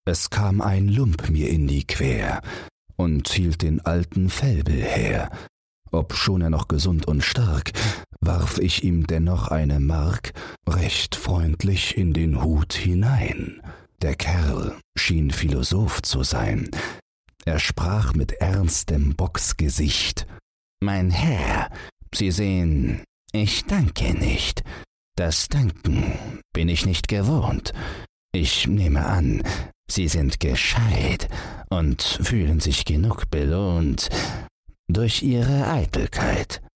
Es kam ein Lump mir in die Quer und hielt den alten Velbel her. Obschon er noch gesund und stark, warf ich ihm dennoch eine Mark recht freundlich in den Hut hinein. Der Kerl schien Philosoph zu sein. Er sprach mit ernstem Bocksgesicht: »Mein Herr, Sie sehen, ich danke nicht. Das Danken bin ich nicht gewohnt. Ich nehme an, Sie sind gescheit und fühlen sich genug belohnt durch Ihre Eitelkeit.